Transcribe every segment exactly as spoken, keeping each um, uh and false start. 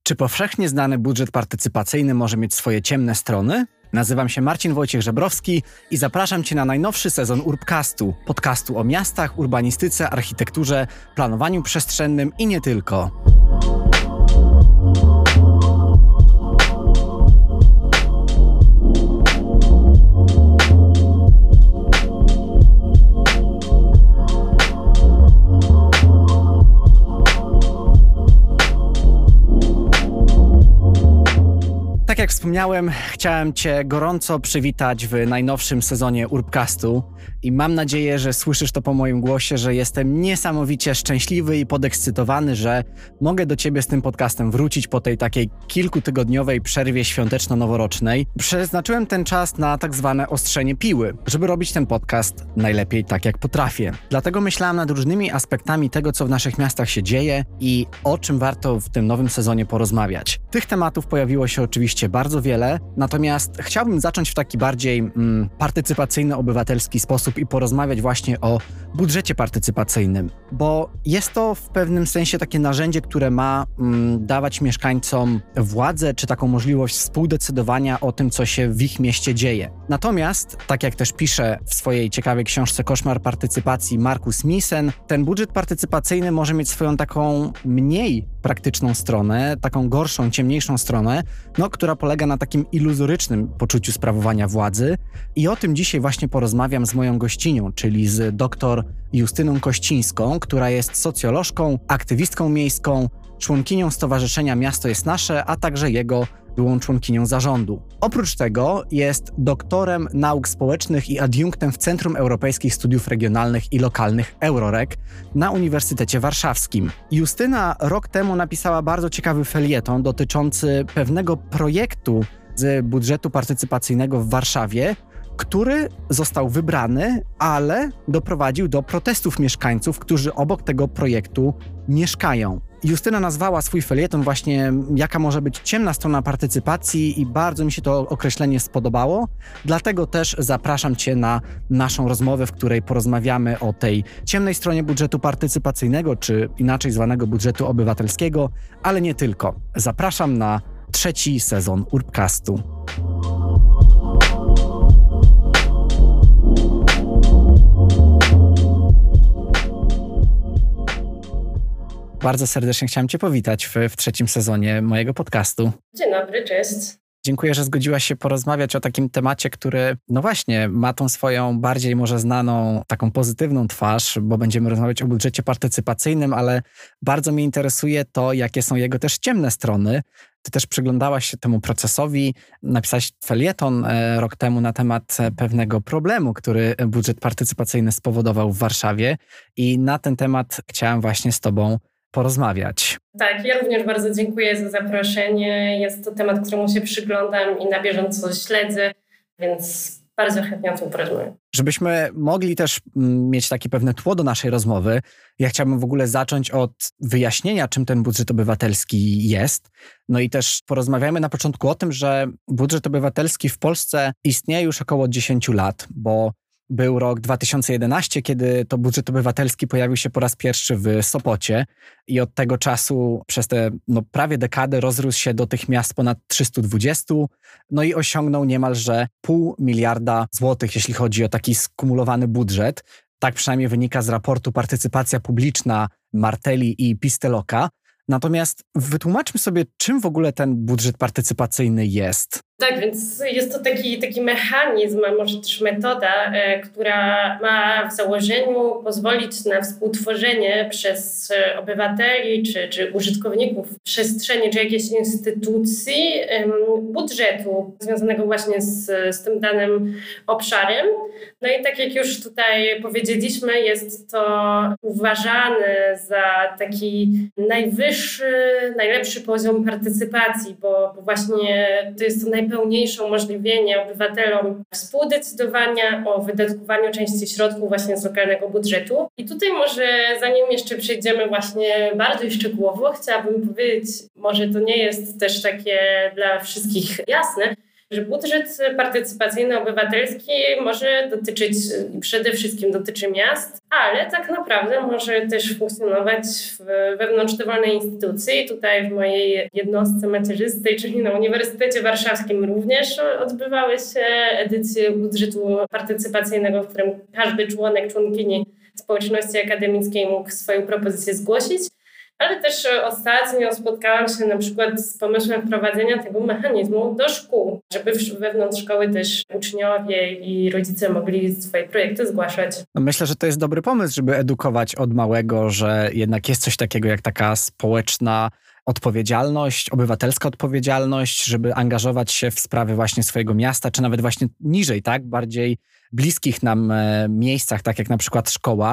Czy powszechnie znany budżet partycypacyjny może mieć swoje ciemne strony? Nazywam się Marcin Wojciech Żebrowski i zapraszam Cię na najnowszy sezon Urbcastu, podcastu o miastach, urbanistyce, architekturze, planowaniu przestrzennym i nie tylko. Tak jak wspomniałem, chciałem Cię gorąco przywitać w najnowszym sezonie Urbcastu i mam nadzieję, że słyszysz to po moim głosie, że jestem niesamowicie szczęśliwy i podekscytowany, że mogę do Ciebie z tym podcastem wrócić po tej takiej kilkutygodniowej przerwie świąteczno-noworocznej. Przeznaczyłem ten czas na tak zwane ostrzenie piły, żeby robić ten podcast najlepiej tak jak potrafię. Dlatego myślałem nad różnymi aspektami tego, co w naszych miastach się dzieje i o czym warto w tym nowym sezonie porozmawiać. Tych tematów pojawiło się oczywiście bardzo wiele, natomiast chciałbym zacząć w taki bardziej mm, partycypacyjny, obywatelski sposób i porozmawiać właśnie o budżecie partycypacyjnym, bo jest to w pewnym sensie takie narzędzie, które ma mm, dawać mieszkańcom władzę czy taką możliwość współdecydowania o tym, co się w ich mieście dzieje. Natomiast, tak jak też pisze w swojej ciekawej książce Koszmar partycypacji Markus Miesen, ten budżet partycypacyjny może mieć swoją taką mniej praktyczną stronę, taką gorszą, ciemniejszą stronę, no, która polega na takim iluzorycznym poczuciu sprawowania władzy i o tym dzisiaj właśnie porozmawiam z moją gościnią, czyli z dr Justyną Kościńską, która jest socjolożką, aktywistką miejską, członkinią Stowarzyszenia Miasto jest Nasze, a także jego byłą członkinią zarządu. Oprócz tego jest doktorem nauk społecznych i adiunktem w Centrum Europejskich Studiów Regionalnych i Lokalnych Euroreg na Uniwersytecie Warszawskim. Justyna rok temu napisała bardzo ciekawy felieton dotyczący pewnego projektu z budżetu partycypacyjnego w Warszawie, który został wybrany, ale doprowadził do protestów mieszkańców, którzy obok tego projektu mieszkają. Justyna nazwała swój felieton właśnie jaka może być ciemna strona partycypacji i bardzo mi się to określenie spodobało. Dlatego też zapraszam Cię na naszą rozmowę, w której porozmawiamy o tej ciemnej stronie budżetu partycypacyjnego, czy inaczej zwanego budżetu obywatelskiego, ale nie tylko. Zapraszam na trzeci sezon Urbcastu. Bardzo serdecznie chciałem Cię powitać w, w trzecim sezonie mojego podcastu. Dzień dobry, cześć. Dziękuję, że zgodziłaś się porozmawiać o takim temacie, który, no właśnie, ma tą swoją bardziej może znaną, taką pozytywną twarz, bo będziemy rozmawiać o budżecie partycypacyjnym, ale bardzo mnie interesuje to, jakie są jego też ciemne strony. Ty też przyglądałaś się temu procesowi, napisałaś felieton e, rok temu na temat pewnego problemu, który budżet partycypacyjny spowodował w Warszawie i na ten temat chciałem właśnie z Tobą porozmawiać. Tak, ja również bardzo dziękuję za zaproszenie. Jest to temat, któremu się przyglądam i na bieżąco śledzę, więc bardzo chętnie o tym porozmawiam. Żebyśmy mogli też mieć takie pewne tło do naszej rozmowy, ja chciałbym w ogóle zacząć od wyjaśnienia, czym ten budżet obywatelski jest. No i też porozmawiamy na początku o tym, że budżet obywatelski w Polsce istnieje już około dziesięć lat, bo był rok dwa tysiące jedenasty, kiedy to budżet obywatelski pojawił się po raz pierwszy w Sopocie i od tego czasu przez te no, prawie dekadę rozrósł się do tych miast ponad trzysta dwadzieścia, no i osiągnął niemalże pół miliarda złotych, jeśli chodzi o taki skumulowany budżet. Tak przynajmniej wynika z raportu Partycypacja Publiczna Martelli i Pisteloka. Natomiast wytłumaczmy sobie, czym w ogóle ten budżet partycypacyjny jest. Tak, więc jest to taki, taki mechanizm, a może też metoda, e, która ma w założeniu pozwolić na współtworzenie przez obywateli czy, czy użytkowników przestrzeni czy jakiejś instytucji e, budżetu związanego właśnie z, z tym danym obszarem. No i tak jak już tutaj powiedzieliśmy, jest to uważane za taki najwyższy, najlepszy poziom partycypacji, bo, bo właśnie to jest to najpełniejsze umożliwienie obywatelom współdecydowania o wydatkowaniu części środków właśnie z lokalnego budżetu. I tutaj może zanim jeszcze przejdziemy właśnie bardziej szczegółowo, chciałabym powiedzieć, może to nie jest też takie dla wszystkich jasne, że budżet partycypacyjny obywatelski może dotyczyć, przede wszystkim dotyczy miast, ale tak naprawdę może też funkcjonować w, wewnątrz dowolnej instytucji. Tutaj w mojej jednostce macierzystej, czyli na Uniwersytecie Warszawskim również odbywały się edycje budżetu partycypacyjnego, w którym każdy członek, członkini społeczności akademickiej mógł swoją propozycję zgłosić. Ale też ostatnio spotkałam się na przykład z pomysłem wprowadzenia tego mechanizmu do szkół, żeby wewnątrz szkoły też uczniowie i rodzice mogli swoje projekty zgłaszać. No myślę, że to jest dobry pomysł, żeby edukować od małego, że jednak jest coś takiego jak taka społeczna odpowiedzialność, obywatelska odpowiedzialność, żeby angażować się w sprawy właśnie swojego miasta, czy nawet właśnie niżej, tak, bardziej bliskich nam miejscach, tak jak na przykład szkoła.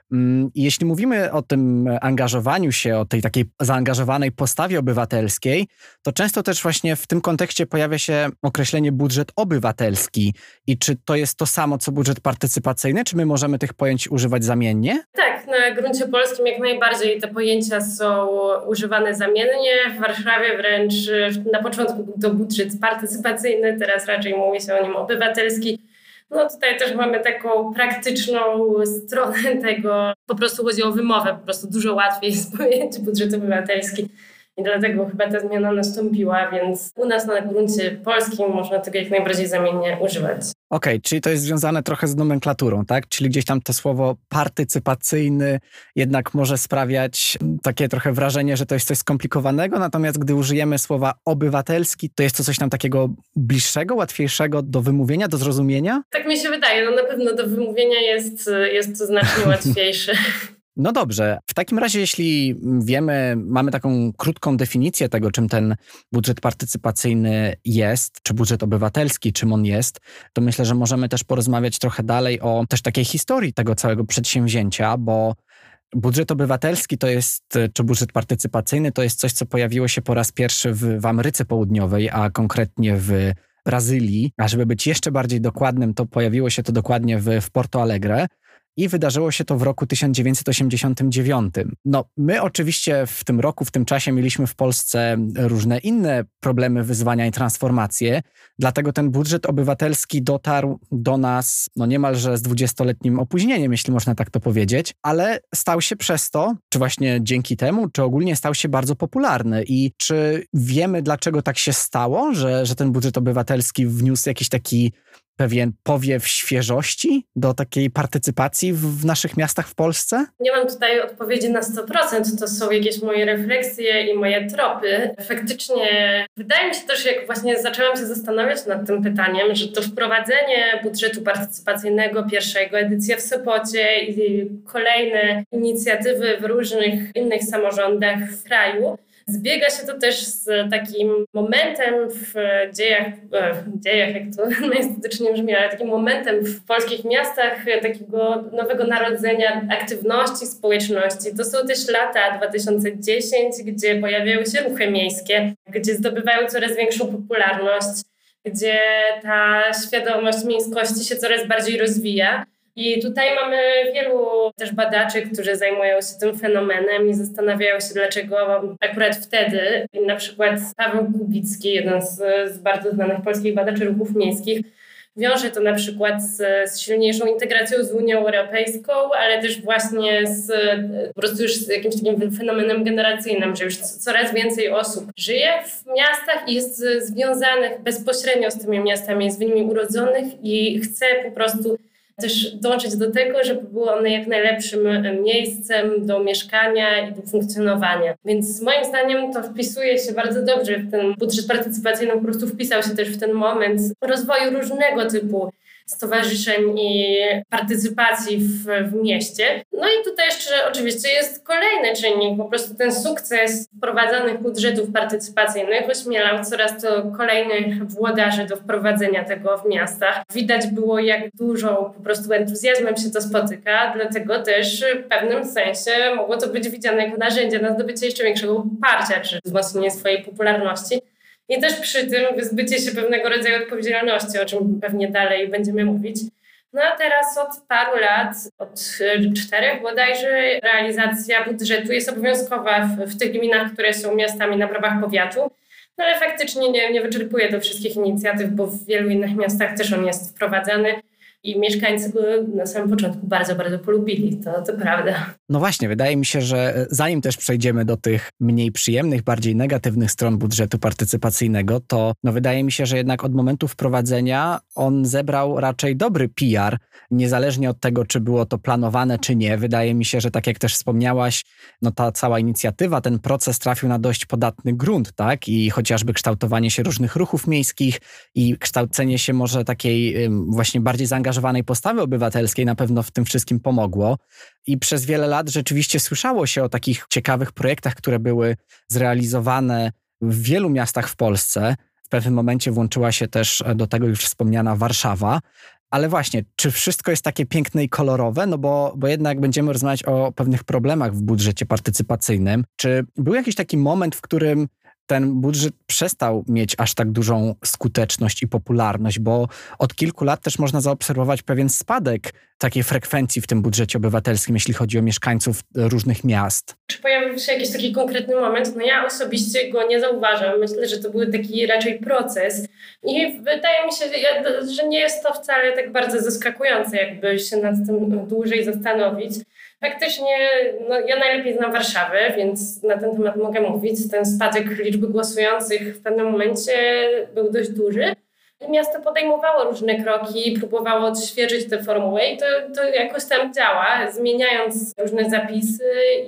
I jeśli mówimy o tym angażowaniu się, o tej takiej zaangażowanej postawie obywatelskiej, to często też właśnie w tym kontekście pojawia się określenie budżet obywatelski. I czy to jest to samo, co budżet partycypacyjny, czy my możemy tych pojęć używać zamiennie? Tak, na gruncie polskim jak najbardziej te pojęcia są używane zamiennie. W Warszawie wręcz na początku to budżet partycypacyjny, teraz raczej mówi się o nim obywatelski. No tutaj też mamy taką praktyczną stronę tego, po prostu chodzi o wymowę, po prostu dużo łatwiej jest powiedzieć budżet obywatelski i dlatego chyba ta zmiana nastąpiła, więc u nas na gruncie polskim można tego jak najbardziej zamiennie używać. Okej, okay, czyli to jest związane trochę z nomenklaturą, tak? Czyli gdzieś tam to słowo partycypacyjny jednak może sprawiać takie trochę wrażenie, że to jest coś skomplikowanego, natomiast gdy użyjemy słowa obywatelski, to jest to coś tam takiego bliższego, łatwiejszego do wymówienia, do zrozumienia? Tak mi się wydaje, no na pewno do wymówienia jest, jest to znacznie łatwiejsze. No dobrze, w takim razie jeśli wiemy, mamy taką krótką definicję tego, czym ten budżet partycypacyjny jest, czy budżet obywatelski, czym on jest, to myślę, że możemy też porozmawiać trochę dalej o też takiej historii tego całego przedsięwzięcia, bo budżet obywatelski to jest, czy budżet partycypacyjny to jest coś, co pojawiło się po raz pierwszy w, w Ameryce Południowej, a konkretnie w Brazylii, a żeby być jeszcze bardziej dokładnym, to pojawiło się to dokładnie w, w Porto Alegre. I wydarzyło się to w roku tysiąc dziewięćset osiemdziesiątym dziewiątym. No, my oczywiście w tym roku, w tym czasie mieliśmy w Polsce różne inne problemy, wyzwania i transformacje, dlatego ten budżet obywatelski dotarł do nas no niemalże z dwudziestoletnim opóźnieniem, jeśli można tak to powiedzieć, ale stał się przez to, czy właśnie dzięki temu, czy ogólnie stał się bardzo popularny. I czy wiemy, dlaczego tak się stało, że, że ten budżet obywatelski wniósł jakiś taki pewien powiew świeżości do takiej partycypacji w, w naszych miastach w Polsce? Nie mam tutaj odpowiedzi na sto procent. To są jakieś moje refleksje i moje tropy. Faktycznie wydaje mi się też, jak właśnie zaczęłam się zastanawiać nad tym pytaniem, że to wprowadzenie budżetu partycypacyjnego, pierwszego edycja w Sopocie i kolejne inicjatywy w różnych innych samorządach w kraju, zbiega się to też z takim momentem w dziejach, w dziejach jak to najestetycznie brzmi, ale takim momentem w polskich miastach takiego nowego narodzenia aktywności społeczności. To są też lata dwa tysiące dziesiąte, gdzie pojawiały się ruchy miejskie, gdzie zdobywają coraz większą popularność, gdzie ta świadomość miejskości się coraz bardziej rozwija. I tutaj mamy wielu też badaczy, którzy zajmują się tym fenomenem i zastanawiają się, dlaczego akurat wtedy, na przykład Paweł Kubicki, jeden z, z bardzo znanych polskich badaczy ruchów miejskich, wiąże to na przykład z, z silniejszą integracją z Unią Europejską, ale też właśnie z po prostu już z jakimś takim fenomenem generacyjnym, że już coraz więcej osób żyje w miastach i jest związanych bezpośrednio z tymi miastami, jest w nimi urodzonych i chce po prostu też dążyć do tego, żeby były one jak najlepszym miejscem do mieszkania i do funkcjonowania. Więc moim zdaniem to wpisuje się bardzo dobrze w ten budżet partycypacyjny, po prostu wpisał się też w ten moment rozwoju różnego typu stowarzyszeń i partycypacji w, w mieście. No i tutaj jeszcze oczywiście jest kolejny czynnik, po prostu ten sukces wprowadzanych budżetów partycypacyjnych ośmielał coraz to kolejnych włodarzy do wprowadzenia tego w miastach. Widać było, jak dużo po prostu entuzjazmem się to spotyka, dlatego też w pewnym sensie mogło to być widziane jako narzędzie na zdobycie jeszcze większego poparcia czy wzmocnienie swojej popularności. I też przy tym wyzbycie się pewnego rodzaju odpowiedzialności, o czym pewnie dalej będziemy mówić. No a teraz od paru lat, od czterech bodajże, realizacja budżetu jest obowiązkowa w, w tych gminach, które są miastami na prawach powiatu. No ale faktycznie nie, nie wyczerpuje do wszystkich inicjatyw, bo w wielu innych miastach też on jest wprowadzany. I mieszkańcy go na samym początku bardzo, bardzo polubili. To, to prawda. No właśnie, wydaje mi się, że zanim też przejdziemy do tych mniej przyjemnych, bardziej negatywnych stron budżetu partycypacyjnego, to no wydaje mi się, że jednak od momentu wprowadzenia on zebrał raczej dobry P R, niezależnie od tego, czy było to planowane, czy nie. Wydaje mi się, że tak jak też wspomniałaś, no ta cała inicjatywa, ten proces trafił na dość podatny grunt, tak? I chociażby kształtowanie się różnych ruchów miejskich i kształcenie się może takiej właśnie bardziej zaangażowanej postawy obywatelskiej na pewno w tym wszystkim pomogło. I przez wiele lat rzeczywiście słyszało się o takich ciekawych projektach, które były zrealizowane w wielu miastach w Polsce. W pewnym momencie włączyła się też do tego już wspomniana Warszawa. Ale właśnie, czy wszystko jest takie piękne i kolorowe? No bo, bo jednak będziemy rozmawiać o pewnych problemach w budżecie partycypacyjnym. Czy był jakiś taki moment, w którym ten budżet przestał mieć aż tak dużą skuteczność i popularność, bo od kilku lat też można zaobserwować pewien spadek takiej frekwencji w tym budżecie obywatelskim, jeśli chodzi o mieszkańców różnych miast. Czy pojawił się jakiś taki konkretny moment? No ja osobiście go nie zauważam. Myślę, że to był taki raczej proces i wydaje mi się, że nie jest to wcale tak bardzo zaskakujące, jakby się nad tym dłużej zastanowić. Faktycznie, no ja najlepiej znam Warszawę, więc na ten temat mogę mówić. Ten spadek liczby głosujących w pewnym momencie był dość duży. Miasto podejmowało różne kroki, próbowało odświeżyć tę formułę i to, to jakoś tam działa, zmieniając różne zapisy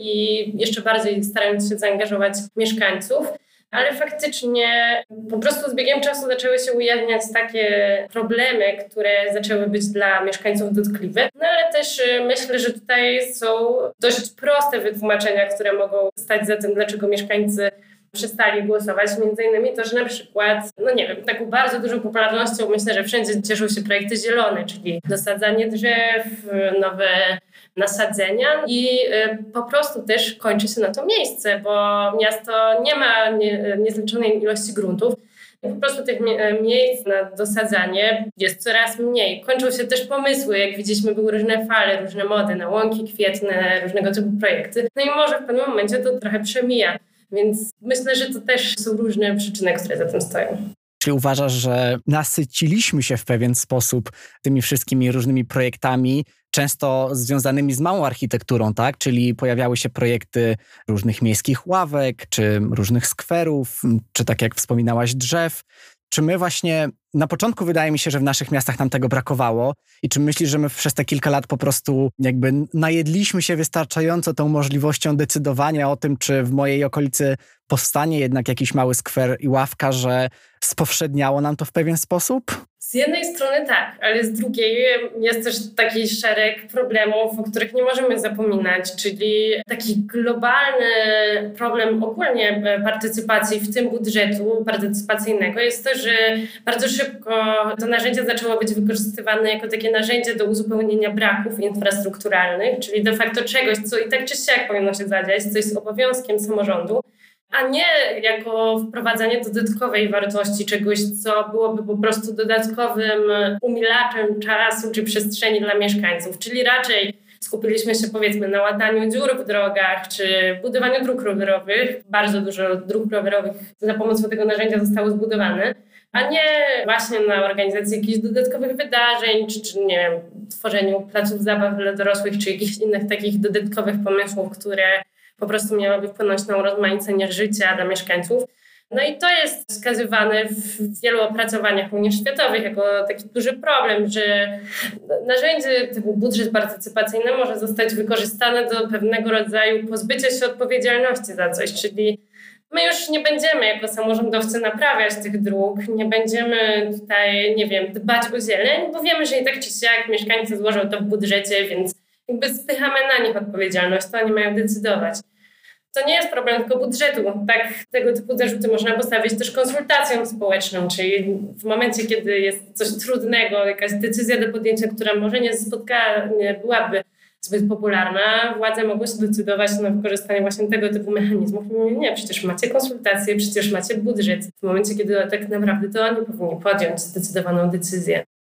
i jeszcze bardziej starając się zaangażować mieszkańców. Ale faktycznie po prostu z biegiem czasu zaczęły się ujawniać takie problemy, które zaczęły być dla mieszkańców dotkliwe. No ale też myślę, że tutaj są dość proste wytłumaczenia, które mogą stać za tym, dlaczego mieszkańcy przestali głosować. Między innymi to, że na przykład, no nie wiem, taką bardzo dużą popularnością myślę, że wszędzie cieszą się projekty zielone, czyli dosadzanie drzew, nowe nasadzenia i po prostu też kończy się na to miejsce, bo miasto nie ma nie, niezliczonej ilości gruntów. I po prostu tych mie- miejsc na dosadzanie jest coraz mniej. Kończą się też pomysły, jak widzieliśmy, były różne fale, różne mody na łąki kwietne, różnego typu projekty. No i może w pewnym momencie to trochę przemija. Więc myślę, że to też są różne przyczyny, które za tym stoją. Czyli uważasz, że nasyciliśmy się w pewien sposób tymi wszystkimi różnymi projektami, często związanymi z małą architekturą, tak? Czyli pojawiały się projekty różnych miejskich ławek, czy różnych skwerów, czy tak jak wspominałaś drzew. Czy my właśnie, na początku wydaje mi się, że w naszych miastach nam tego brakowało i czy myślisz, że my przez te kilka lat po prostu jakby najedliśmy się wystarczająco tą możliwością decydowania o tym, czy w mojej okolicy powstanie jednak jakiś mały skwer i ławka, że spowszedniało nam to w pewien sposób? Z jednej strony tak, ale z drugiej jest też taki szereg problemów, o których nie możemy zapominać, czyli taki globalny problem ogólnie partycypacji, w tym budżetu partycypacyjnego jest to, że bardzo szybko to narzędzie zaczęło być wykorzystywane jako takie narzędzie do uzupełnienia braków infrastrukturalnych, czyli de facto czegoś, co i tak czy siak powinno się zadziać, co jest obowiązkiem samorządu, a nie jako wprowadzanie dodatkowej wartości, czegoś, co byłoby po prostu dodatkowym umilaczem czasu czy przestrzeni dla mieszkańców. Czyli raczej skupiliśmy się powiedzmy na łataniu dziur w drogach czy budowaniu dróg rowerowych. Bardzo dużo dróg rowerowych za pomocą tego narzędzia zostało zbudowane, a nie właśnie na organizacji jakichś dodatkowych wydarzeń, czy, czy nie wiem, tworzeniu placów zabaw dla dorosłych, czy jakichś innych takich dodatkowych pomysłów, które po prostu miałyby wpłynąć na urozmaicenie życia dla mieszkańców. No i to jest wskazywane w wielu opracowaniach również światowych jako taki duży problem, że narzędzie typu budżet partycypacyjny może zostać wykorzystane do pewnego rodzaju pozbycia się odpowiedzialności za coś, czyli my już nie będziemy jako samorządowcy naprawiać tych dróg, nie będziemy tutaj, nie wiem, dbać o zieleń, bo wiemy, że i tak czy siak mieszkańcy złożą to w budżecie, więc jakby spychamy na nich odpowiedzialność, to oni mają decydować. To nie jest problem tylko budżetu. Tak, tego typu zarzuty można postawić też konsultacjom społecznym, czyli w momencie, kiedy jest coś trudnego, jakaś decyzja do podjęcia, która może nie spotka, nie byłaby zbyt popularna, władze mogły się decydować na wykorzystanie właśnie tego typu mechanizmów. Nie, nie, przecież macie konsultacje, przecież macie budżet. W momencie, kiedy tak naprawdę to oni powinni podjąć zdecydowaną decyzję.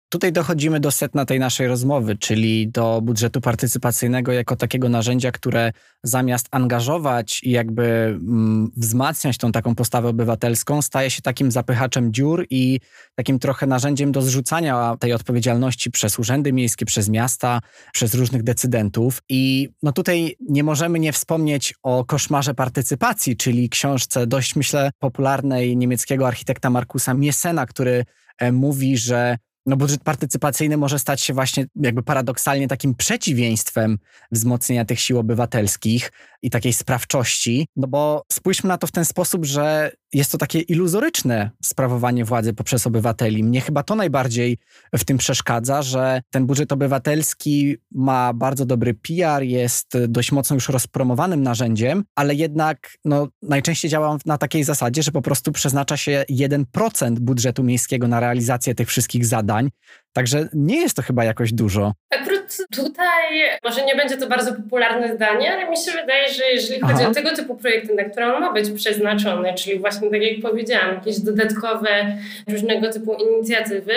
Tutaj dochodzimy do sedna tej naszej rozmowy, czyli do budżetu partycypacyjnego jako takiego narzędzia, które zamiast angażować i jakby mm, wzmacniać tą taką postawę obywatelską, staje się takim zapychaczem dziur i takim trochę narzędziem do zrzucania tej odpowiedzialności przez urzędy miejskie, przez miasta, przez różnych decydentów. I no tutaj nie możemy nie wspomnieć o koszmarze partycypacji, czyli książce dość, myślę, popularnej niemieckiego architekta Markusa Miesena, który e, mówi, że no budżet partycypacyjny może stać się właśnie jakby paradoksalnie takim przeciwieństwem wzmocnienia tych sił obywatelskich i takiej sprawczości, no bo spójrzmy na to w ten sposób, że jest to takie iluzoryczne sprawowanie władzy poprzez obywateli. Mnie chyba to najbardziej w tym przeszkadza, że ten budżet obywatelski ma bardzo dobry P R, jest dość mocno już rozpromowanym narzędziem, ale jednak no, najczęściej działa on na takiej zasadzie, że po prostu przeznacza się jeden procent budżetu miejskiego na realizację tych wszystkich zadań. Także nie jest to chyba jakoś dużo. Akurat tutaj może nie będzie to bardzo popularne zdanie, ale mi się wydaje, że jeżeli chodzi Aha. o tego typu projekty, na które on ma być przeznaczony, czyli właśnie tak jak powiedziałam, jakieś dodatkowe różnego typu inicjatywy,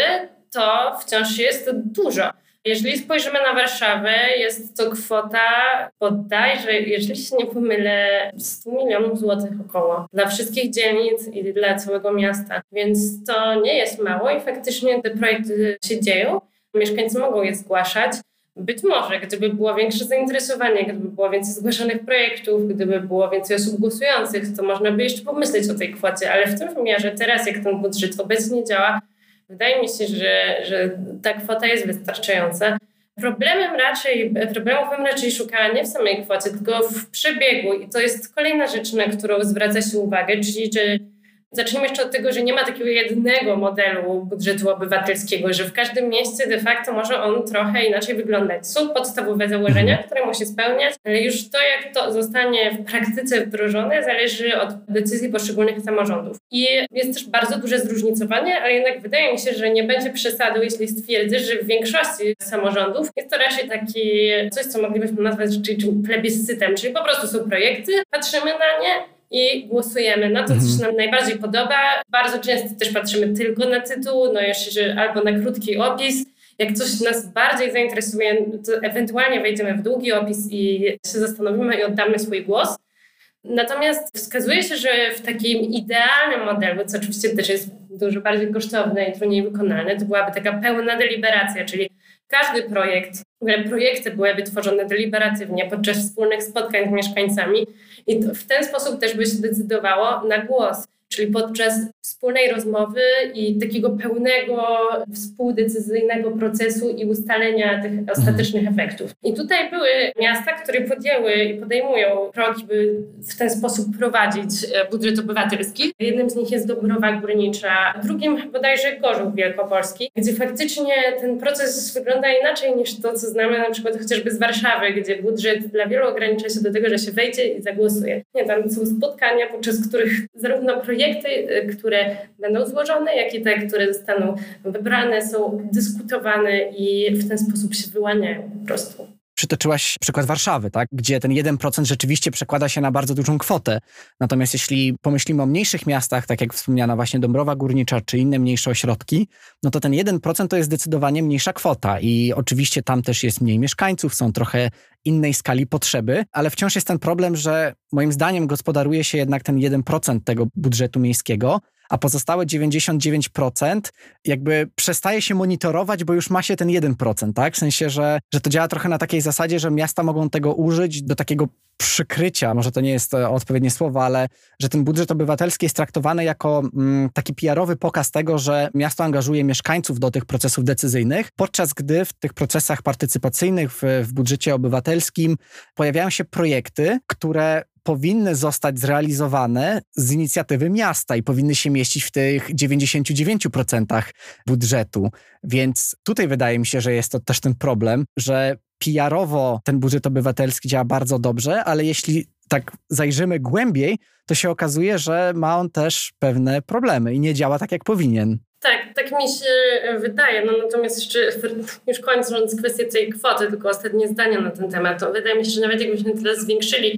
to wciąż jest to dużo. Jeżeli spojrzymy na Warszawę, jest to kwota bodajże, jeżeli się nie pomylę, sto milionów złotych około dla wszystkich dzielnic i dla całego miasta. Więc to nie jest mało i faktycznie te projekty się dzieją. Mieszkańcy mogą je zgłaszać. Być może, gdyby było większe zainteresowanie, gdyby było więcej zgłaszanych projektów, gdyby było więcej osób głosujących, to można by jeszcze pomyśleć o tej kwocie, ale w tym wymiarze teraz, jak ten budżet obecnie działa, wydaje mi się, że, że ta kwota jest wystarczająca. Problemem raczej, problemów bym raczej szukała nie w samej kwocie, tylko w przebiegu. I to jest kolejna rzecz, na którą zwraca się uwagę, czyli że zacznijmy jeszcze od tego, że nie ma takiego jednego modelu budżetu obywatelskiego, że w każdym mieście de facto może on trochę inaczej wyglądać. Są podstawowe założenia, które musi spełniać, ale już to, jak to zostanie w praktyce wdrożone, zależy od decyzji poszczególnych samorządów. I jest też bardzo duże zróżnicowanie, ale jednak wydaje mi się, że nie będzie przesadą, jeśli stwierdzę, że w większości samorządów jest to raczej taki coś, co moglibyśmy nazwać czyli plebiscytem, czyli po prostu są projekty, patrzymy na nie i głosujemy na to, co się nam najbardziej podoba. Bardzo często też patrzymy tylko na tytuł, no jeszcze albo na krótki opis. Jak coś nas bardziej zainteresuje, to ewentualnie wejdziemy w długi opis i się zastanowimy i oddamy swój głos. Natomiast wskazuje się, że w takim idealnym modelu, co oczywiście też jest dużo bardziej kosztowne i trudniej wykonalne, to byłaby taka pełna deliberacja, czyli każdy projekt, projekty byłyby tworzone deliberatywnie podczas wspólnych spotkań z mieszkańcami i w ten sposób też by się decydowało na głos, czyli podczas wspólnej rozmowy i takiego pełnego współdecyzyjnego procesu i ustalenia tych ostatecznych efektów. I tutaj były miasta, które podjęły i podejmują kroki, by w ten sposób prowadzić budżet obywatelski. Jednym z nich jest Dąbrowa Górnicza, drugim bodajże Gorzów Wielkopolski, gdzie faktycznie ten proces wygląda inaczej niż to, co znamy na przykład chociażby z Warszawy, gdzie budżet dla wielu ogranicza się do tego, że się wejdzie i zagłosuje. Nie, tam są spotkania, podczas których zarówno projekty, które będą złożone, jak i te, które zostaną wybrane, są dyskutowane i w ten sposób się wyłaniają po prostu. Przytoczyłaś przykład Warszawy, tak? Gdzie ten jeden procent rzeczywiście przekłada się na bardzo dużą kwotę. Natomiast jeśli pomyślimy o mniejszych miastach, tak jak wspomniana właśnie Dąbrowa Górnicza czy inne mniejsze ośrodki, no to ten jeden procent to jest zdecydowanie mniejsza kwota i oczywiście tam też jest mniej mieszkańców, są trochę innej skali potrzeby, ale wciąż jest ten problem, że moim zdaniem gospodaruje się jednak ten jeden procent tego budżetu miejskiego, a pozostałe dziewięćdziesiąt dziewięć procent jakby przestaje się monitorować, bo już ma się ten jeden procent, tak? W sensie, że, że to działa trochę na takiej zasadzie, że miasta mogą tego użyć do takiego przykrycia, może to nie jest odpowiednie słowo, ale że ten budżet obywatelski jest traktowany jako mm, taki P R-owy pokaz tego, że miasto angażuje mieszkańców do tych procesów decyzyjnych, podczas gdy w tych procesach partycypacyjnych w, w budżecie obywatelskim pojawiają się projekty, które powinny zostać zrealizowane z inicjatywy miasta i powinny się mieścić w tych dziewięćdziesiąt dziewięć procent budżetu. Więc tutaj wydaje mi się, że jest to też ten problem, że P R-owo ten budżet obywatelski działa bardzo dobrze, ale jeśli tak zajrzymy głębiej, to się okazuje, że ma on też pewne problemy i nie działa tak, jak powinien. Tak, tak mi się wydaje. No natomiast jeszcze już kończąc kwestię tej kwoty, tylko ostatnie zdania na ten temat, to wydaje mi się, że nawet jakbyśmy teraz zwiększyli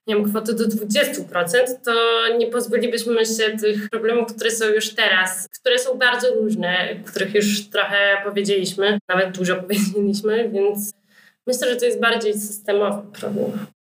nie wiem, kwotę do dwadzieścia procent, to nie pozbylibyśmy się tych problemów, które są już teraz, które są bardzo różne, o których już trochę powiedzieliśmy, nawet dużo powiedzieliśmy, więc myślę, że to jest bardziej systemowy problem.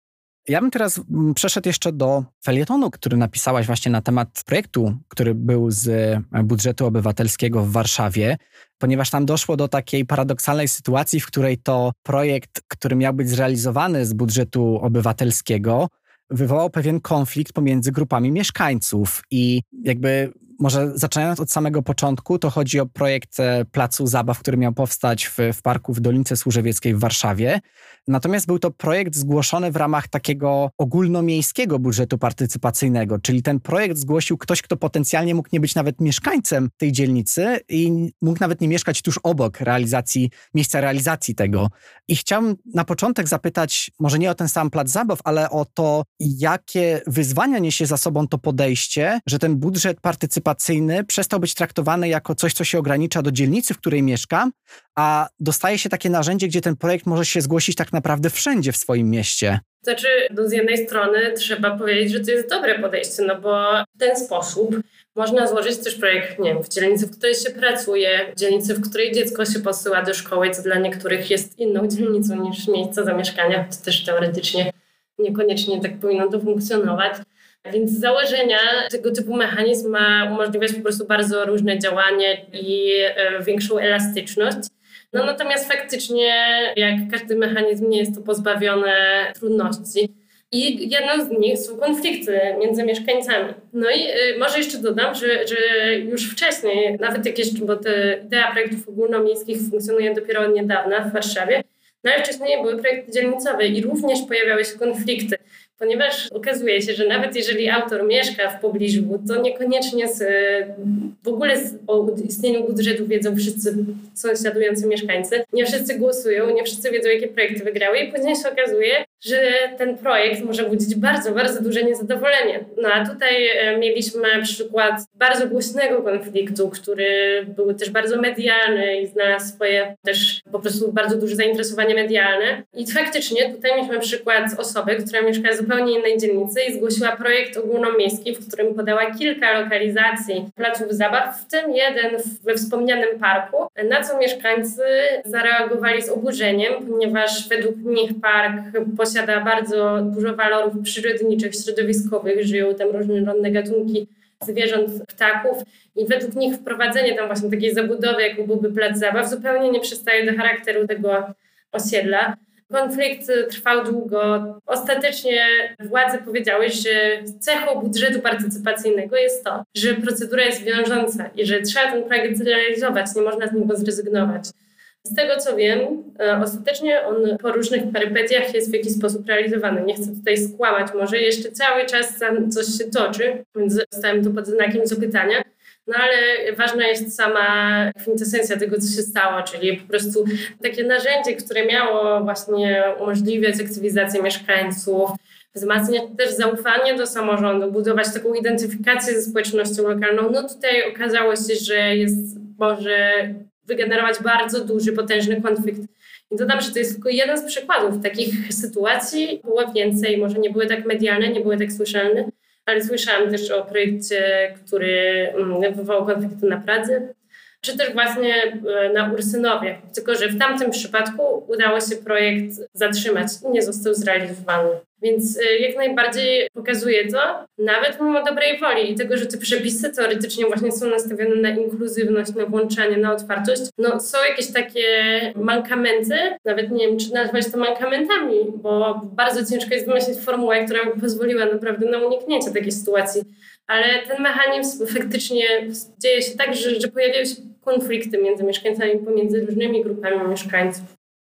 Ja bym teraz przeszedł jeszcze do felietonu, który napisałaś właśnie na temat projektu, który był z budżetu obywatelskiego w Warszawie, ponieważ tam doszło do takiej paradoksalnej sytuacji, w której to projekt, który miał być zrealizowany z budżetu obywatelskiego, wywołał pewien konflikt pomiędzy grupami mieszkańców i jakby może zaczynając od samego początku, to chodzi o projekt placu zabaw, który miał powstać w, w parku w Dolince Służewieckiej w Warszawie. Natomiast był to projekt zgłoszony w ramach takiego ogólnomiejskiego budżetu partycypacyjnego, czyli ten projekt zgłosił ktoś, kto potencjalnie mógł nie być nawet mieszkańcem tej dzielnicy i mógł nawet nie mieszkać tuż obok realizacji, miejsca realizacji tego. I chciałbym na początek zapytać, może nie o ten sam plac zabaw, ale o to, jakie wyzwania niesie za sobą to podejście, że ten budżet partycypacyjny przestał być traktowany jako coś, co się ogranicza do dzielnicy, w której mieszkam, a dostaje się takie narzędzie, gdzie ten projekt może się zgłosić tak naprawdę wszędzie w swoim mieście. Znaczy, no z jednej strony trzeba powiedzieć, że to jest dobre podejście, no bo w ten sposób można złożyć też projekt, nie wiem, w dzielnicy, w której się pracuje, w dzielnicy, w której dziecko się posyła do szkoły, co dla niektórych jest inną dzielnicą niż miejsce zamieszkania, to też teoretycznie niekoniecznie tak powinno to funkcjonować. Więc z założenia tego typu mechanizm ma umożliwiać po prostu bardzo różne działanie i e, większą elastyczność. No natomiast faktycznie, jak każdy mechanizm, nie jest to pozbawione trudności. I jedną z nich są konflikty między mieszkańcami. No i y, może jeszcze dodam, że, że już wcześniej, nawet jak jeszcze, bo ta idea projektów ogólnomiejskich funkcjonuje dopiero od niedawna w Warszawie, no ale wcześniej były projekty dzielnicowe i również pojawiały się konflikty, ponieważ okazuje się, że nawet jeżeli autor mieszka w pobliżu, to niekoniecznie z, w ogóle z, o istnieniu budżetu wiedzą wszyscy sąsiadujący mieszkańcy. Nie wszyscy głosują, nie wszyscy wiedzą, jakie projekty wygrały i później się okazuje, że ten projekt może budzić bardzo, bardzo duże niezadowolenie. No a tutaj mieliśmy przykład bardzo głośnego konfliktu, który był też bardzo medialny i znalazł swoje też po prostu bardzo duże zainteresowanie medialne. I faktycznie tutaj mieliśmy przykład osoby, która mieszka w zupełnie innej dzielnicy i zgłosiła projekt ogólnomiejski, w którym podała kilka lokalizacji placów zabaw, w tym jeden we wspomnianym parku, na co mieszkańcy zareagowali z oburzeniem, ponieważ według nich park posiada bardzo dużo walorów przyrodniczych, środowiskowych, żyją tam różnorodne gatunki zwierząt, ptaków i według nich wprowadzenie tam właśnie takiej zabudowy, jaką byłby plac zabaw, zupełnie nie przystaje do charakteru tego osiedla. Konflikt trwał długo. Ostatecznie władze powiedziały, że cechą budżetu partycypacyjnego jest to, że procedura jest wiążąca i że trzeba ten projekt zrealizować, nie można z niego zrezygnować. Z tego co wiem, ostatecznie on po różnych perypetiach jest w jakiś sposób realizowany. Nie chcę tutaj skłamać, może jeszcze cały czas tam coś się toczy, więc zostawiam to pod znakiem zapytania. No ale ważna jest sama kwintesencja tego, co się stało, czyli po prostu takie narzędzie, które miało właśnie umożliwiać aktywizację mieszkańców, wzmacniać też zaufanie do samorządu, budować taką identyfikację ze społecznością lokalną. No tutaj okazało się, że jest, może wygenerować bardzo duży, potężny konflikt. I dodam, że to jest tylko jeden z przykładów takich sytuacji. Było więcej, może nie były tak medialne, nie były tak słyszalne, ale słyszałam też o projekcie, który wywołał konflikty na Pradze, czy też właśnie na Ursynowie. Tylko że w tamtym przypadku udało się projekt zatrzymać i nie został zrealizowany. Więc jak najbardziej pokazuje to, nawet mimo dobrej woli i tego, że te przepisy teoretycznie właśnie są nastawione na inkluzywność, na włączanie, na otwartość, no są jakieś takie mankamenty, nawet nie wiem, czy nazwać to mankamentami, bo bardzo ciężko jest wymyślić formułę, która by pozwoliła naprawdę na uniknięcie takiej sytuacji. Ale ten mechanizm faktycznie dzieje się tak, że, że pojawiają się konflikty między mieszkańcami, pomiędzy różnymi grupami mieszkańców.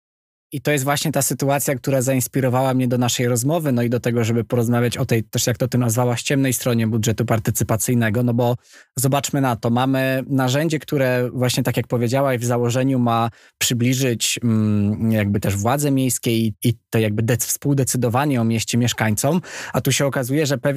I to jest właśnie ta sytuacja, która zainspirowała mnie do naszej rozmowy, no i do tego, żeby porozmawiać o tej, też jak to ty nazwałaś, ciemnej stronie budżetu partycypacyjnego, no bo zobaczmy na to. Mamy narzędzie, które właśnie tak jak powiedziałaś, w założeniu ma przybliżyć mm, jakby też władze miejskie i, i to jakby dec- współdecydowanie o mieście mieszkańcom, a tu się okazuje, że pewien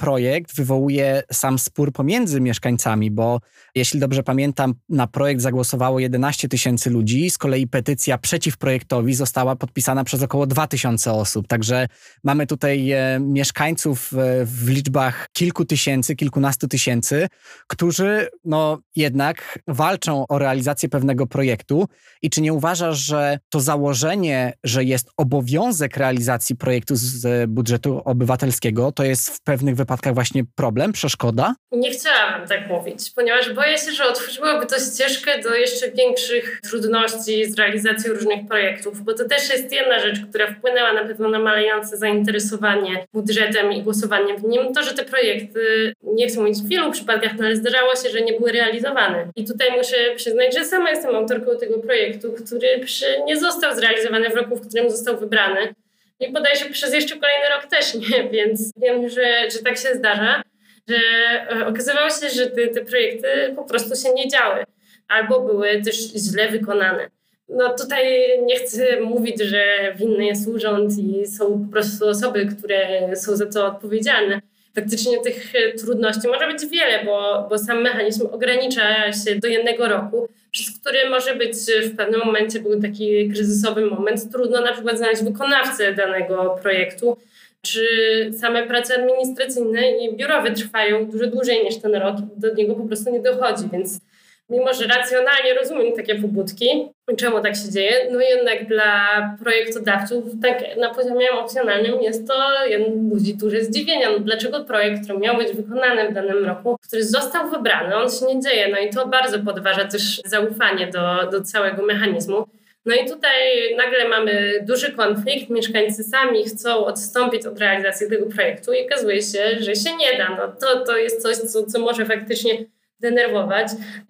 projekt wywołuje sam spór pomiędzy mieszkańcami, bo jeśli dobrze pamiętam, na projekt zagłosowało jedenaście tysięcy ludzi, z kolei petycja przeciw projektowi została podpisana przez około dwa tysiące osób. Także mamy tutaj e, mieszkańców e, w liczbach kilku tysięcy, kilkunastu tysięcy, którzy no jednak walczą o realizację pewnego projektu. I czy nie uważasz, że to założenie, że jest obowiązek realizacji projektu z budżetu obywatelskiego, to jest w pewnych wypadkach właśnie problem, przeszkoda? Nie chciałabym tak mówić, ponieważ boję się, że otworzyłoby to ścieżkę do jeszcze większych trudności z realizacją różnych projektów, bo to też jest jedna rzecz, która wpłynęła na pewno na malejące zainteresowanie budżetem i głosowaniem w nim, to, że te projekty, nie chcę mówić w wielu przypadkach, no ale zdarzało się, że nie były realizowane. I tutaj muszę przyznać, że sama jestem autorką tego projektu, który przy, nie został zrealizowany w roku, w którym został wybrany. I bodajże przez jeszcze kolejny rok też nie, więc wiem, że, że tak się zdarza, że okazywało się, że te, te projekty po prostu się nie działy albo były też źle wykonane. No tutaj nie chcę mówić, że winny jest urząd i są po prostu osoby, które są za to odpowiedzialne. Faktycznie tych trudności może być wiele, bo, bo sam mechanizm ogranicza się do jednego roku, przez który może być w pewnym momencie był taki kryzysowy moment. Trudno na przykład znaleźć wykonawcę danego projektu, czy same prace administracyjne i biurowe trwają dużo dłużej niż ten rok, do niego po prostu nie dochodzi, więc mimo że racjonalnie rozumiem takie pobudki, czemu tak się dzieje, no jednak dla projektodawców tak na poziomie emocjonalnym jest to, budzi duże zdziwienie. No dlaczego projekt, który miał być wykonany w danym roku, który został wybrany, on się nie dzieje. No i to bardzo podważa też zaufanie do, do całego mechanizmu. No i tutaj nagle mamy duży konflikt, mieszkańcy sami chcą odstąpić od realizacji tego projektu i okazuje się, że się nie da. No to, to jest coś, co, co może faktycznie denerwować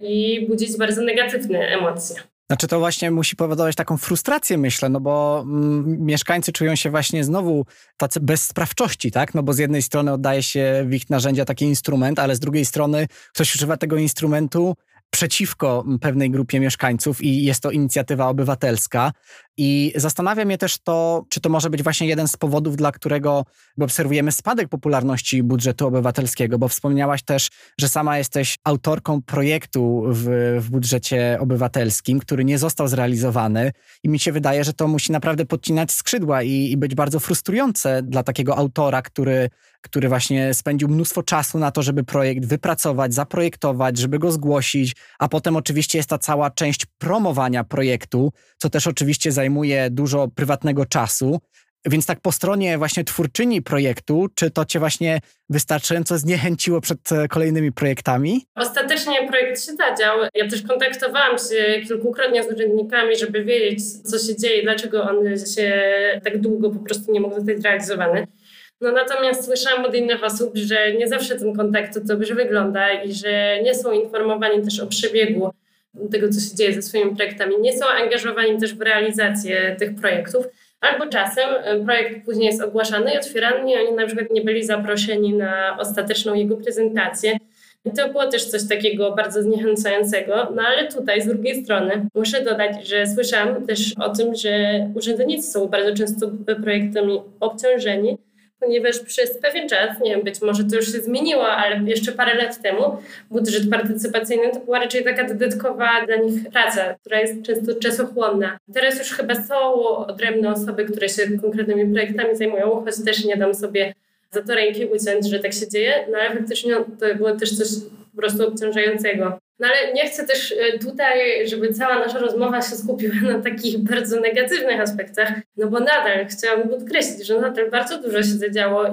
i budzić bardzo negatywne emocje. Znaczy to właśnie musi powodować taką frustrację, myślę, no bo mm, mieszkańcy czują się właśnie znowu tacy bez sprawczości, tak? No bo z jednej strony oddaje się w ich narzędzia taki instrument, ale z drugiej strony ktoś używa tego instrumentu przeciwko pewnej grupie mieszkańców i jest to inicjatywa obywatelska. I zastanawia mnie też to, czy to może być właśnie jeden z powodów, dla którego obserwujemy spadek popularności budżetu obywatelskiego, bo wspomniałaś też, że sama jesteś autorką projektu w, w budżecie obywatelskim, który nie został zrealizowany i mi się wydaje, że to musi naprawdę podcinać skrzydła i, i być bardzo frustrujące dla takiego autora, który, który właśnie spędził mnóstwo czasu na to, żeby projekt wypracować, zaprojektować, żeby go zgłosić, a potem oczywiście jest ta cała część promowania projektu, co też oczywiście zajmuje dużo prywatnego czasu. Więc tak po stronie właśnie twórczyni projektu, czy to cię właśnie wystarczająco zniechęciło przed kolejnymi projektami? Ostatecznie projekt się zadział. Ja też kontaktowałam się kilkukrotnie z urzędnikami, żeby wiedzieć, co się dzieje, dlaczego on się tak długo po prostu nie mógł zostać zrealizowany. No natomiast słyszałam od innych osób, że nie zawsze ten kontakt to dobrze wygląda i że nie są informowani też o przebiegu tego, co się dzieje ze swoimi projektami. Nie są angażowani też w realizację tych projektów. Albo czasem projekt później jest ogłaszany i otwierany i oni na przykład nie byli zaproszeni na ostateczną jego prezentację. I to było też coś takiego bardzo zniechęcającego. No ale tutaj z drugiej strony muszę dodać, że słyszałam też o tym, że urzędnicy są bardzo często projektami obciążeni, ponieważ przez pewien czas, nie wiem, być może to już się zmieniło, ale jeszcze parę lat temu budżet partycypacyjny to była raczej taka dodatkowa dla nich praca, która jest często czasochłonna. Teraz już chyba są odrębne osoby, które się konkretnymi projektami zajmują, choć też nie dam sobie za to ręki uciąć, że tak się dzieje, no ale faktycznie to było też coś po prostu obciążającego. No ale nie chcę też tutaj, żeby cała nasza rozmowa się skupiła na takich bardzo negatywnych aspektach, no bo nadal chciałabym podkreślić, że nadal bardzo dużo się zadziało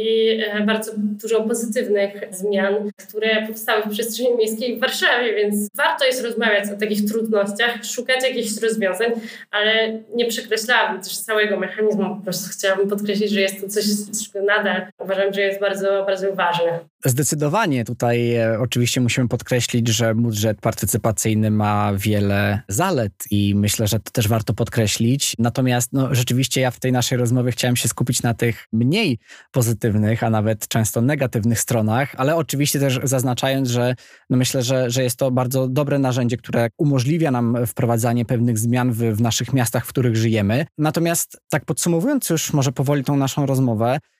i bardzo dużo pozytywnych zmian, które powstały w przestrzeni miejskiej w Warszawie, więc warto jest rozmawiać o takich trudnościach, szukać jakichś rozwiązań, ale nie przekreślałabym też całego mechanizmu, po prostu chciałabym podkreślić, że jest to coś, czego nadal uważam, że jest bardzo, bardzo ważne. Zdecydowanie tutaj e, oczywiście musimy podkreślić, że budżet partycypacyjny ma wiele zalet i myślę, że to też warto podkreślić. Natomiast no, rzeczywiście ja w tej naszej rozmowie chciałem się skupić na tych mniej pozytywnych, a nawet często negatywnych stronach, ale oczywiście też zaznaczając, że no myślę, że, że jest to bardzo dobre narzędzie, które umożliwia nam wprowadzanie pewnych zmian w, w naszych miastach, w których żyjemy. Natomiast tak podsumowując już może powoli tą naszą rozmowę,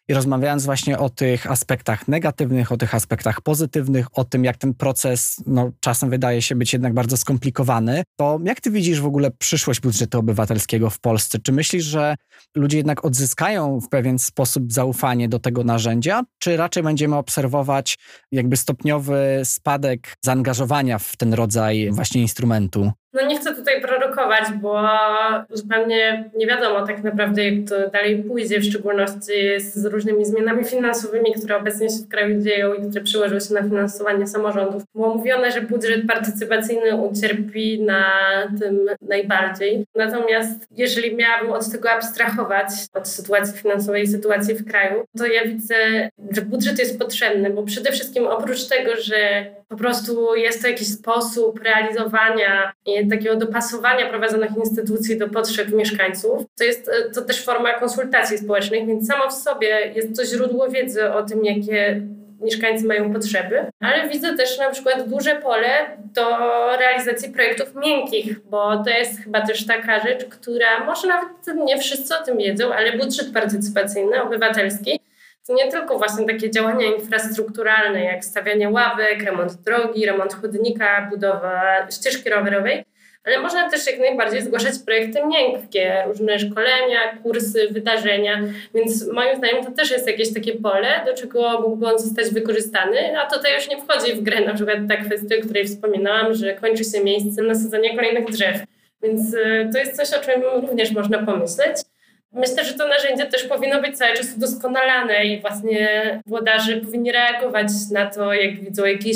i rozmawiając właśnie o tych aspektach negatywnych, o tych aspektach pozytywnych, o tym, jak ten proces no, czasem wydaje się być jednak bardzo skomplikowany, to jak ty widzisz w ogóle przyszłość budżetu obywatelskiego w Polsce? Czy myślisz, że ludzie jednak odzyskają w pewien sposób zaufanie do tego narzędzia, czy raczej będziemy obserwować jakby stopniowy spadek zaangażowania w ten rodzaj właśnie instrumentu? No nie chcę tutaj prorokować, bo zupełnie nie wiadomo tak naprawdę, jak to dalej pójdzie, w szczególności z różnymi zmianami finansowymi, które obecnie się w kraju dzieją i które przełożą się na finansowanie samorządów. Było mówione, że budżet partycypacyjny ucierpi na tym najbardziej. Natomiast jeżeli miałabym od tego abstrahować, od sytuacji finansowej i sytuacji w kraju, to ja widzę, że budżet jest potrzebny, bo przede wszystkim oprócz tego, że po prostu jest to jakiś sposób realizowania i takiego dopasowania prowadzonych instytucji do potrzeb mieszkańców. To jest to też forma konsultacji społecznych, więc samo w sobie jest to źródło wiedzy o tym, jakie mieszkańcy mają potrzeby, ale widzę też na przykład duże pole do realizacji projektów miękkich, bo to jest chyba też taka rzecz, która może nawet nie wszyscy o tym wiedzą, ale budżet partycypacyjny, obywatelski, to nie tylko właśnie takie działania infrastrukturalne, jak stawianie ławek, remont drogi, remont chodnika, budowa ścieżki rowerowej, ale można też jak najbardziej zgłaszać projekty miękkie, różne szkolenia, kursy, wydarzenia, więc moim zdaniem to też jest jakieś takie pole, do czego mógłby on zostać wykorzystany, a tutaj już nie wchodzi w grę na przykład ta kwestia, o której wspominałam, że kończy się miejsce na sadzenie kolejnych drzew, więc to jest coś, o czym również można pomyśleć. Myślę, że to narzędzie też powinno być cały czas udoskonalane i właśnie włodarze powinni reagować na to, jak widzą jakieś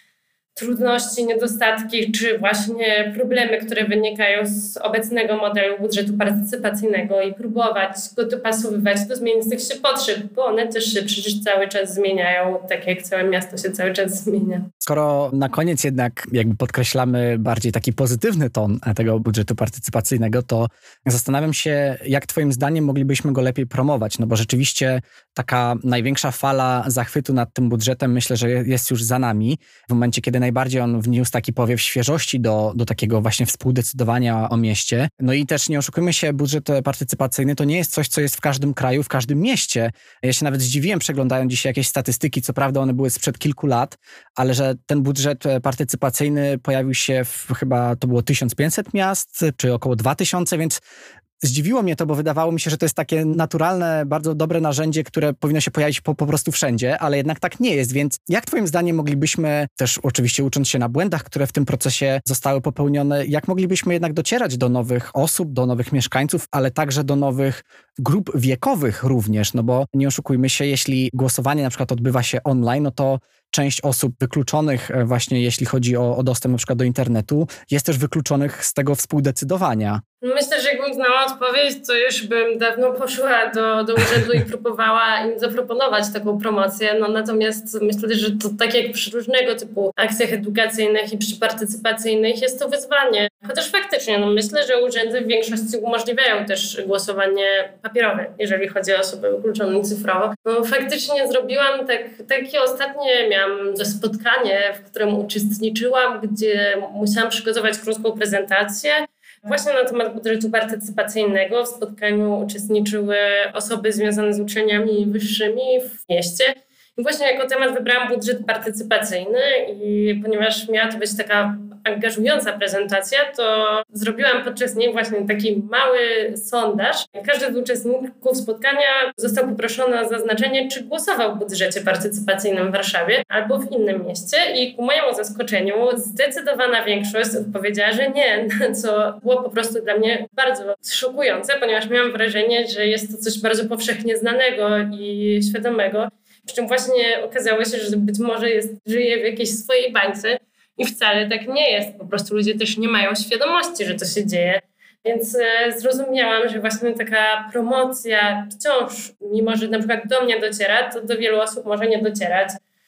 trudności, niedostatki czy właśnie problemy, które wynikają z obecnego modelu budżetu partycypacyjnego i próbować go dopasowywać do zmieniających się potrzeb, bo one też się przecież cały czas zmieniają, tak jak całe miasto się cały czas zmienia. Skoro na koniec jednak jakby podkreślamy bardziej taki pozytywny ton tego budżetu partycypacyjnego, to zastanawiam się, jak twoim zdaniem moglibyśmy go lepiej promować, no bo rzeczywiście taka największa fala zachwytu nad tym budżetem myślę, że jest już za nami. W momencie, kiedy najbardziej on wniósł taki powiew świeżości do, do takiego właśnie współdecydowania o mieście. No i też nie oszukujmy się, budżet partycypacyjny to nie jest coś, co jest w każdym kraju, w każdym mieście. Ja się nawet zdziwiłem, przeglądając dzisiaj jakieś statystyki, co prawda one były sprzed kilku lat, ale że ten budżet partycypacyjny pojawił się w chyba, to było tysiąc pięćset miast, czy około dwa tysiące, więc zdziwiło mnie to, bo wydawało mi się, że to jest takie naturalne, bardzo dobre narzędzie, które powinno się pojawić po, po prostu wszędzie, ale jednak tak nie jest, więc jak twoim zdaniem moglibyśmy, też oczywiście ucząc się na błędach, które w tym procesie zostały popełnione, jak moglibyśmy jednak docierać do nowych osób, do nowych mieszkańców, ale także do nowych grup wiekowych również, no bo nie oszukujmy się, jeśli głosowanie na przykład odbywa się online, no to część osób wykluczonych właśnie jeśli chodzi o, o dostęp na przykład do internetu, jest też wykluczonych z tego współdecydowania. Myślę, że jakbym znała odpowiedź, to już bym dawno poszła do, do urzędu i próbowała im zaproponować taką promocję. No natomiast myślę, że to tak jak przy różnego typu akcjach edukacyjnych i przy partycypacyjnych jest to wyzwanie. Chociaż faktycznie no myślę, że urzędy w większości umożliwiają też głosowanie papierowe, jeżeli chodzi o osoby wykluczone cyfrowo. No faktycznie zrobiłam tak, takie ostatnie, miałam spotkanie, w którym uczestniczyłam, gdzie musiałam przygotować krótką prezentację. Właśnie na temat budżetu partycypacyjnego w spotkaniu uczestniczyły osoby związane z uczelniami wyższymi w mieście. I właśnie jako temat wybrałam budżet partycypacyjny i ponieważ miała to być taka angażująca prezentacja, to zrobiłam podczas niej właśnie taki mały sondaż. Każdy z uczestników spotkania został poproszony o zaznaczenie, czy głosował w budżecie partycypacyjnym w Warszawie albo w innym mieście i ku mojemu zaskoczeniu zdecydowana większość odpowiedziała, że nie, co było po prostu dla mnie bardzo szokujące, ponieważ miałam wrażenie, że jest to coś bardzo powszechnie znanego i świadomego. Przy czym właśnie okazało się, że być może jest, żyje w jakiejś swojej bańce i wcale tak nie jest. Po prostu ludzie też nie mają świadomości, że to się dzieje. Więc e, zrozumiałam, że właśnie taka promocja wciąż, mimo że na przykład do mnie dociera, to do wielu osób może nie docierać.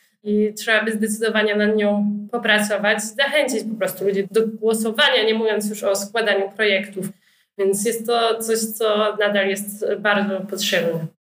I trzeba by zdecydowanie nad nią popracować, zachęcić po prostu ludzi do głosowania, nie mówiąc już o składaniu projektów. Więc jest to coś, co nadal jest bardzo potrzebne.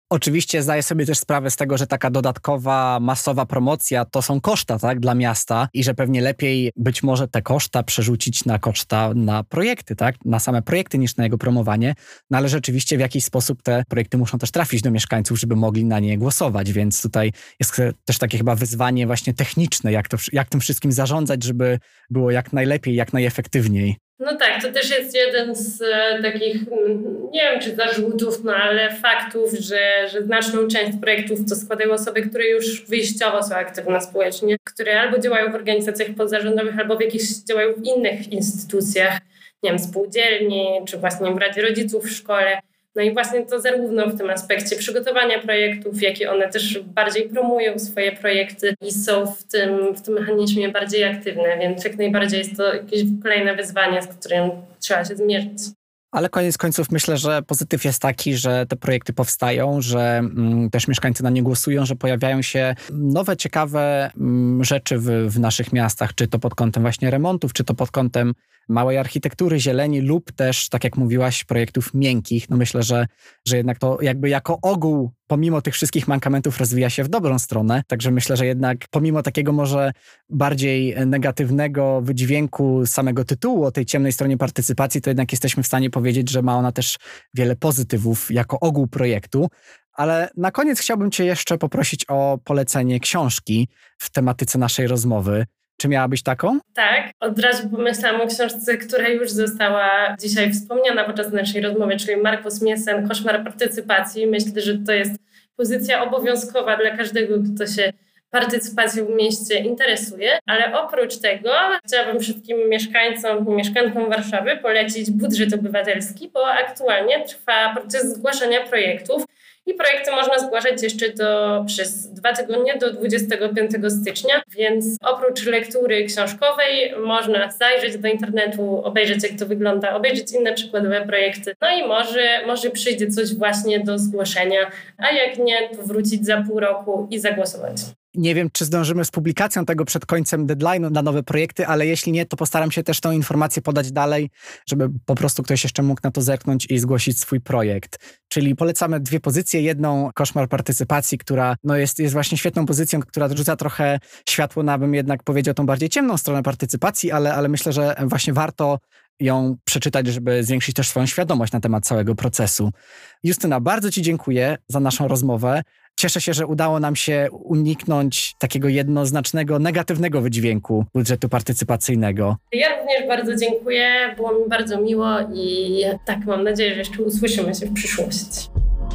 Oczywiście zdaję sobie też sprawę z tego, że taka dodatkowa, masowa promocja to są koszta, tak, dla miasta i że pewnie lepiej być może te koszta przerzucić na koszta na projekty, tak, na same projekty niż na jego promowanie, no ale rzeczywiście w jakiś sposób te projekty muszą też trafić do mieszkańców, żeby mogli na nie głosować, więc tutaj jest też takie chyba wyzwanie właśnie techniczne, jak, to, jak tym wszystkim zarządzać, żeby było jak najlepiej, jak najefektywniej. No tak, to też jest jeden z e, takich, nie wiem czy zarzutów, no ale faktów, że, że znaczną część projektów to składają osoby, które już wyjściowo są aktywne społecznie, które albo działają w organizacjach pozarządowych, albo w jakichś działają w innych instytucjach, nie wiem, spółdzielni, czy właśnie w Radzie Rodziców w szkole. No i właśnie to zarówno w tym aspekcie przygotowania projektów, jak i one też bardziej promują swoje projekty i są w tym, w tym mechanizmie bardziej aktywne, więc jak najbardziej jest to jakieś kolejne wyzwanie, z którym trzeba się zmierzyć. Ale koniec końców myślę, że pozytyw jest taki, że te projekty powstają, że mm, też mieszkańcy na nie głosują, że pojawiają się nowe, ciekawe mm, rzeczy w, w naszych miastach, czy to pod kątem właśnie remontów, czy to pod kątem małej architektury, zieleni lub też, tak jak mówiłaś, projektów miękkich. No myślę, że, że jednak to jakby jako ogół, pomimo tych wszystkich mankamentów rozwija się w dobrą stronę. Także myślę, że jednak pomimo takiego może bardziej negatywnego wydźwięku samego tytułu o tej ciemnej stronie partycypacji, to jednak jesteśmy w stanie powiedzieć, że ma ona też wiele pozytywów jako ogół projektu. Ale na koniec chciałbym Cię jeszcze poprosić o polecenie książki w tematyce naszej rozmowy. Czy miałabyś taką? Tak, od razu pomyślałam o książce, która już została dzisiaj wspomniana podczas naszej rozmowy, czyli Markus Miesen, Koszmar partycypacji. Myślę, że to jest pozycja obowiązkowa dla każdego, kto się partycypacją w mieście interesuje, ale oprócz tego chciałabym wszystkim mieszkańcom i mieszkankom Warszawy polecić Budżet Obywatelski, bo aktualnie trwa proces zgłaszania projektów. I projekty można zgłaszać jeszcze do, przez dwa tygodnie do dwudziestego piątego stycznia, więc oprócz lektury książkowej można zajrzeć do internetu, obejrzeć jak to wygląda, obejrzeć inne przykładowe projekty. No i może, może przyjdzie coś właśnie do zgłoszenia, a jak nie, to wrócić za pół roku i zagłosować. Nie wiem, czy zdążymy z publikacją tego przed końcem deadline'u na nowe projekty, ale jeśli nie, to postaram się też tą informację podać dalej, żeby po prostu ktoś jeszcze mógł na to zerknąć i zgłosić swój projekt. Czyli polecamy dwie pozycje. Jedną, Koszmar partycypacji, która no jest, jest właśnie świetną pozycją, która rzuca trochę światło na, bym jednak powiedział, tą bardziej ciemną stronę partycypacji, ale, ale myślę, że właśnie warto ją przeczytać, żeby zwiększyć też swoją świadomość na temat całego procesu. Justyna, bardzo Ci dziękuję za naszą rozmowę. Cieszę się, że udało nam się uniknąć takiego jednoznacznego, negatywnego wydźwięku budżetu partycypacyjnego. Ja również bardzo dziękuję, było mi bardzo miło i tak mam nadzieję, że jeszcze usłyszymy się w przyszłości.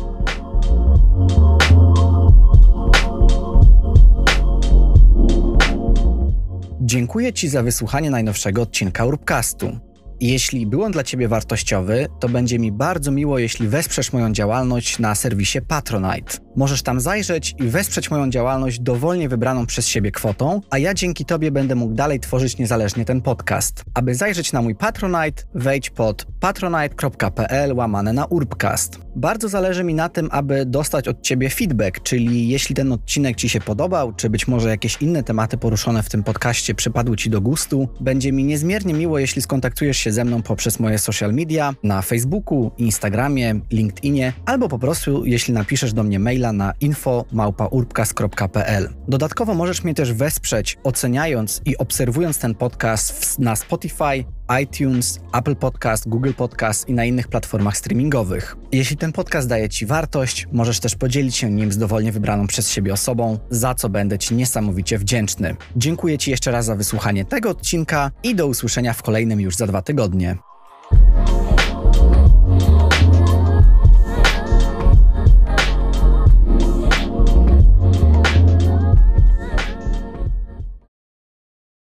Dziękuję Ci za wysłuchanie najnowszego odcinka Urbcastu. Jeśli był on dla Ciebie wartościowy, to będzie mi bardzo miło, jeśli wesprzesz moją działalność na serwisie Patronite. Możesz tam zajrzeć i wesprzeć moją działalność dowolnie wybraną przez siebie kwotą, a ja dzięki Tobie będę mógł dalej tworzyć niezależnie ten podcast. Aby zajrzeć na mój Patronite, wejdź pod patronite.pl łamane na Urbcast. Bardzo zależy mi na tym, aby dostać od Ciebie feedback, czyli jeśli ten odcinek Ci się podobał, czy być może jakieś inne tematy poruszone w tym podcaście przypadły Ci do gustu, będzie mi niezmiernie miło, jeśli skontaktujesz się ze mną poprzez moje social media na Facebooku, Instagramie, LinkedInie, albo po prostu jeśli napiszesz do mnie maila na info małpa urbcast kropka p l. Dodatkowo możesz mnie też wesprzeć oceniając i obserwując ten podcast na Spotify, iTunes, Apple Podcast, Google Podcast i na innych platformach streamingowych. Jeśli ten podcast daje Ci wartość, możesz też podzielić się nim z dowolnie wybraną przez siebie osobą, za co będę Ci niesamowicie wdzięczny. Dziękuję Ci jeszcze raz za wysłuchanie tego odcinka i do usłyszenia w kolejnym już za dwa tygodnie.